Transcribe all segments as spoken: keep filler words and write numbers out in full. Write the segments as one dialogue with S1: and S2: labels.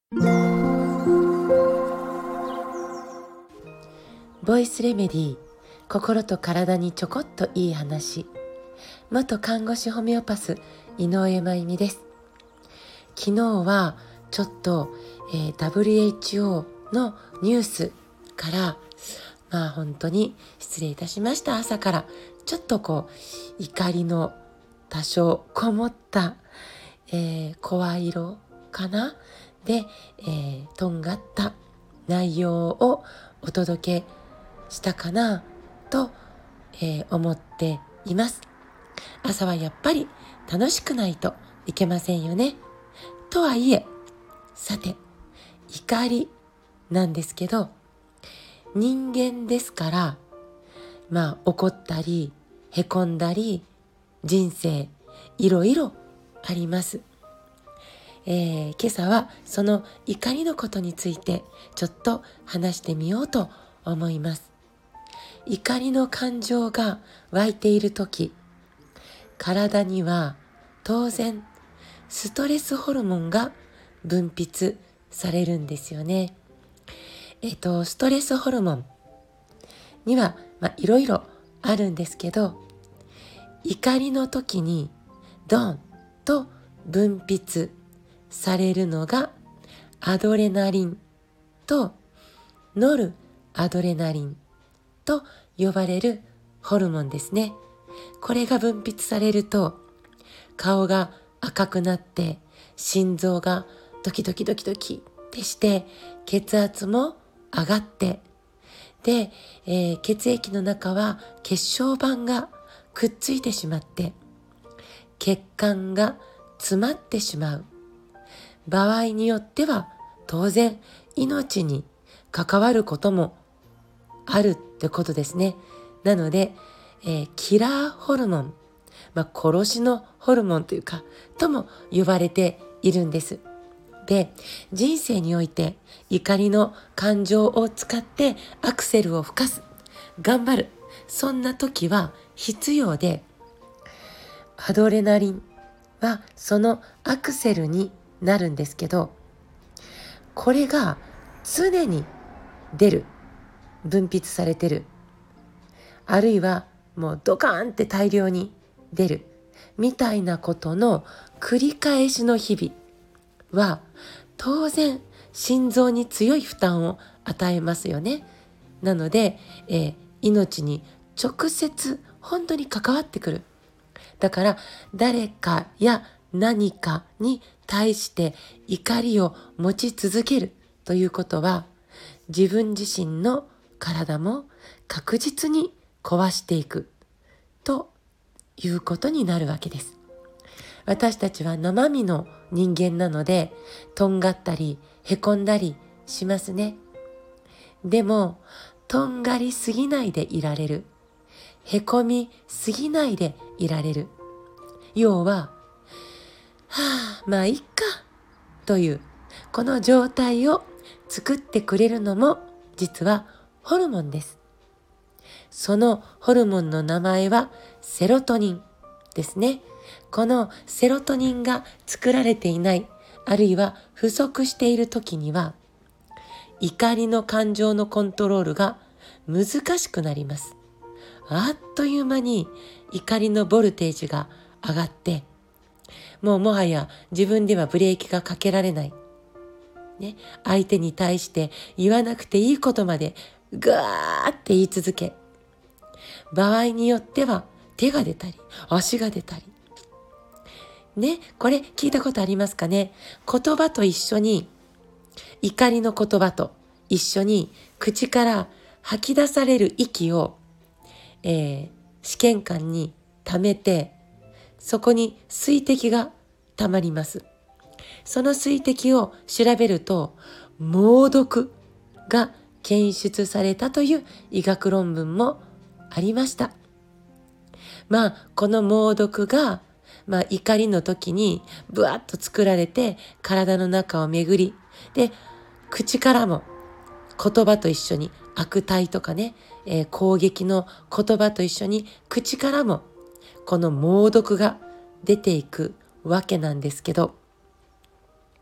S1: ボイスレメディー、心と体にちょこっといい話。元看護師ホメオパス井上真由美です。昨日はちょっと、えー、ダブリューエイチオー のニュースからまあ本当に失礼いたしました。朝からちょっとこう怒りの多少こもった、えー、声色かなで、えー、とんがった内容をお届けしたかなと、えー、思っています。朝はやっぱり楽しくないといけませんよね。とはいえ、さて怒りなんですけど、人間ですからまあ怒ったりへこんだり人生いろいろあります。えー、今朝はその怒りのことについてちょっと話してみようと思います。怒りの感情が湧いているとき、体には当然ストレスホルモンが分泌されるんですよね。えっと、ストレスホルモンには、まあ、いろいろあるんですけど、怒りの時にドンと分泌されるのがアドレナリンとノルアドレナリンと呼ばれるホルモンですね。これが分泌されると顔が赤くなって心臓がドキドキドキドキってして血圧も上がってで、えー、血液の中は血小板がくっついてしまって血管が詰まってしまう場合によっては当然命に関わることもあるってことですね。なので、えー、キラーホルモン、まあ、殺しのホルモンというかとも呼ばれているんです。で、人生において怒りの感情を使ってアクセルを吹かす、頑張る、そんな時は必要で、アドレナリンはそのアクセルになるんですけど、これが常に出る、分泌されてる、あるいはもうドカーンって大量に出るみたいなことの繰り返しの日々は当然心臓に強い負担を与えますよね。なので、えー、命に直接本当に関わってくる。だから誰かや何かに対して怒りを持ち続けるということは自分自身の体も確実に壊していくということになるわけです。私たちは生身の人間なのでとんがったりへこんだりしますね。でもとんがりすぎないでいられる、へこみすぎないでいられる、要ははあまあいっかというこの状態を作ってくれるのも実はホルモンです。そのホルモンの名前はセロトニンですね。このセロトニンが作られていない、あるいは不足している時には怒りの感情のコントロールが難しくなります。あっという間に怒りのボルテージが上がってもうもはや自分ではブレーキがかけられない、ね、相手に対して言わなくていいことまでガーって言い続け、場合によっては手が出たり足が出たりね、これ聞いたことありますかね。言葉と一緒に怒りの言葉と一緒に口から吐き出される息を、えー、試験管に溜めてそこに水滴が溜まります。その水滴を調べると猛毒が検出されたという医学論文もありました。まあこの猛毒が、まあ、怒りの時にブワッと作られて体の中を巡り、で口からも言葉と一緒に悪態とかね、えー、攻撃の言葉と一緒に口からもこの猛毒が出ていくわけなんですけど、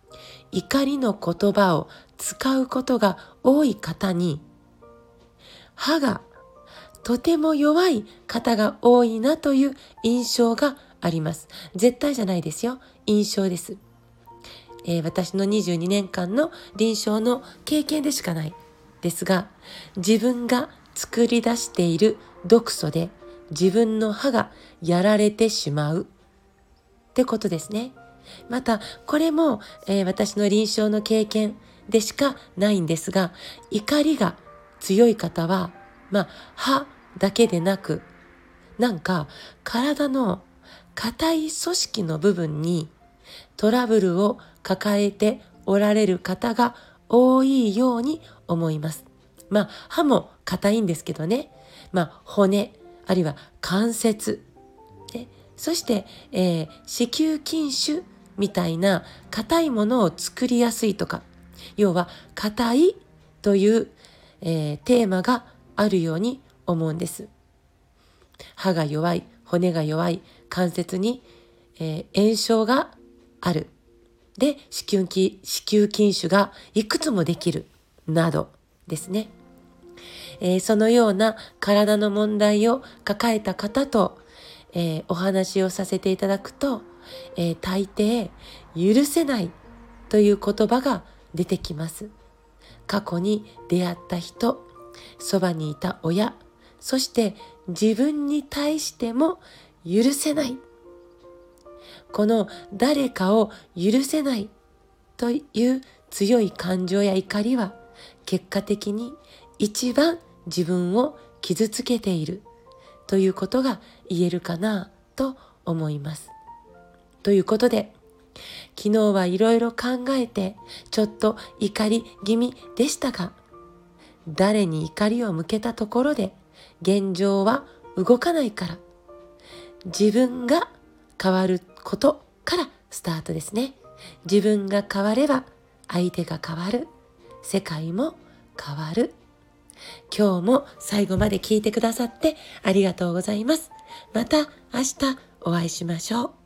S1: 怒りの言葉を使うことが多い方に、歯がとても弱い方が多いなという印象があります。絶対じゃないですよ。印象です。えー、私のにじゅうにねんかんの臨床の経験でしかないですが、自分が作り出している毒素で自分の歯がやられてしまうってことですね。またこれも、えー、私の臨床の経験でしかないんですが、怒りが強い方は、まあ歯だけでなく、なんか体の硬い組織の部分にトラブルを抱えておられる方が多いように思います。まあ歯も硬いんですけどね、まあ骨あるいは関節、ね、そして、えー、子宮筋腫みたいな硬いものを作りやすいとか、要は硬いという、えー、テーマがあるように思うんです。歯が弱い、骨が弱い、関節に、えー、炎症がある。で、子宮筋、子宮筋腫がいくつもできるなどですね。えー、そのような体の問題を抱えた方と、えー、お話をさせていただくと、えー、大抵許せないという言葉が出てきます。過去に出会った人、そばにいた親、そして自分に対しても許せない。この誰かを許せないという強い感情や怒りは、結果的に一番自分を傷つけているということが言えるかなと思います。ということで、昨日はいろいろ考えてちょっと怒り気味でしたが、誰に怒りを向けたところで現状は動かないから、自分が変わることからスタートですね。自分が変われば相手が変わる、世界も変わる。今日も最後まで聞いてくださってありがとうございます。また明日お会いしましょう。